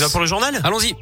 va pour le journal ? Allons-y.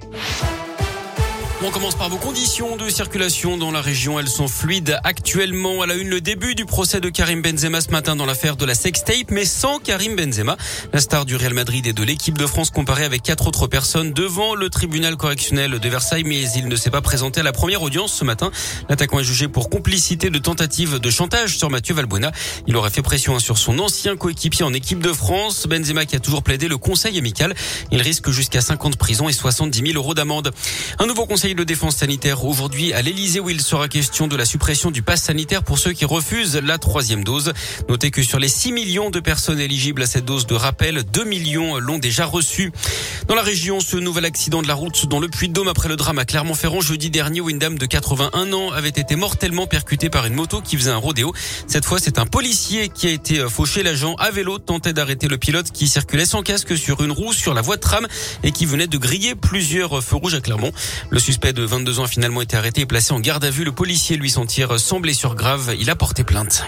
On commence par vos conditions de circulation dans la région. Elles sont fluides actuellement. À la une, le début du procès de Karim Benzema ce matin dans l'affaire de la sextape, mais sans Karim Benzema. La star du Real Madrid et de l'équipe de France comparée avec 4 autres personnes devant le tribunal correctionnel de Versailles, mais il ne s'est pas présenté à la première audience ce matin. L'attaquant est jugé pour complicité de tentative de chantage sur Mathieu Valbuena. Il aurait fait pression sur son ancien coéquipier en équipe de France. Benzema qui a toujours plaidé le conseil amical. Il risque jusqu'à 5 ans de prison et 70 000 € d'amende. Un nouveau conseil de défense sanitaire aujourd'hui à l'Elysée où il sera question de la suppression du pass sanitaire pour ceux qui refusent la 3e dose. Notez que sur les 6 millions de personnes éligibles à cette dose de rappel, 2 millions l'ont déjà reçue. Dans la région, ce nouvel accident de la route dans le Puy-de-Dôme après le drame à Clermont-Ferrand jeudi dernier où une dame de 81 ans avait été mortellement percutée par une moto qui faisait un rodéo. Cette fois, c'est un policier qui a été fauché. L'agent à vélo tentait d'arrêter le pilote qui circulait sans casque sur une roue sur la voie de tram et qui venait de griller plusieurs feux rouges à Clermont. Le suspect de 22 ans a finalement été arrêté et placé en garde à vue. Le policier lui s'en tire sans blessure grave. Il a porté plainte.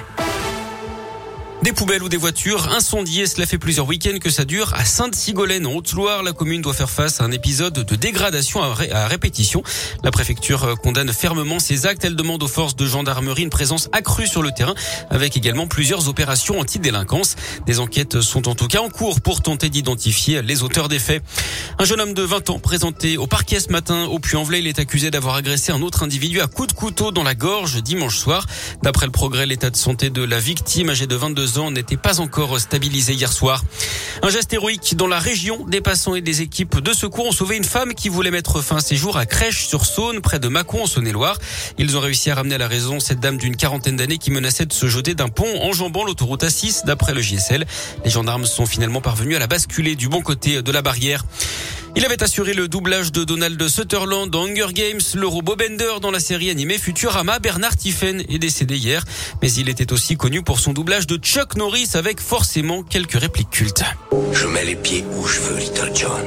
Des poubelles ou des voitures incendiées, cela fait plusieurs week-ends que ça dure. À Sainte-Sigolène, en Haute-Loire, la commune doit faire face à un épisode de dégradation à répétition. La préfecture condamne fermement ces actes. Elle demande aux forces de gendarmerie une présence accrue sur le terrain, avec également plusieurs opérations anti-délinquance. Des enquêtes sont en tout cas en cours pour tenter d'identifier les auteurs des faits. Un jeune homme de 20 ans présenté au parquet ce matin au Puy-en-Velay, il est accusé d'avoir agressé un autre individu à coups de couteau dans la gorge dimanche soir. D'après le Progrès, l'état de santé de la victime, âgée de 22 ans, n'était pas encore stabilisé hier soir. Un geste héroïque dans la région. Des passants et des équipes de secours ont sauvé une femme qui voulait mettre fin à ses jours à Crèche-sur-Saône, près de Mâcon, en Saône-et-Loire. Ils ont réussi à ramener à la raison cette dame d'une quarantaine d'années qui menaçait de se jeter d'un pont enjambant l'autoroute A6, d'après le JSL. Les gendarmes sont finalement parvenus à la basculer du bon côté de la barrière. Il avait assuré le doublage de Donald Sutherland dans Hunger Games, le robot Bender dans la série animée Futurama. Bernard Tiphaine est décédé hier, mais il était aussi connu pour son doublage de Chuck Norris avec forcément quelques répliques cultes. Je mets les pieds où je veux, Little John.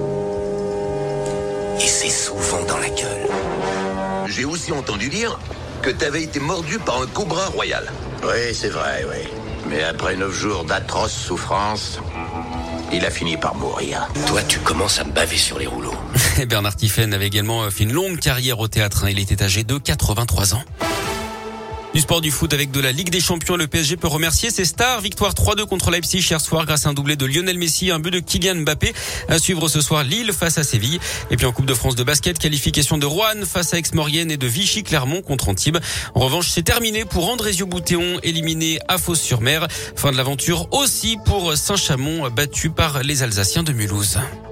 Et c'est souvent dans la gueule. J'ai aussi entendu dire que t'avais été mordu par un cobra royal. Oui, c'est vrai, oui. Mais après 9 jours d'atroces souffrances, il a fini par mourir. Toi, tu commences à me baver sur les rouleaux. Bernard Tiphaine avait également fait une longue carrière au théâtre. Il était âgé de 83 ans. Du sport, du foot avec de la Ligue des Champions, le PSG peut remercier ses stars. Victoire 3-2 contre Leipzig hier soir grâce à un doublé de Lionel Messi, un but de Kylian Mbappé. À suivre ce soir Lille face à Séville. Et puis en Coupe de France de basket, qualification de Roanne face à Aix-Maurienne et de Vichy-Clermont contre Antibes. En revanche, c'est terminé pour Andrézieux-Boutéon, éliminé à Fos-sur-Mer. Fin de l'aventure aussi pour Saint-Chamond, battu par les Alsaciens de Mulhouse.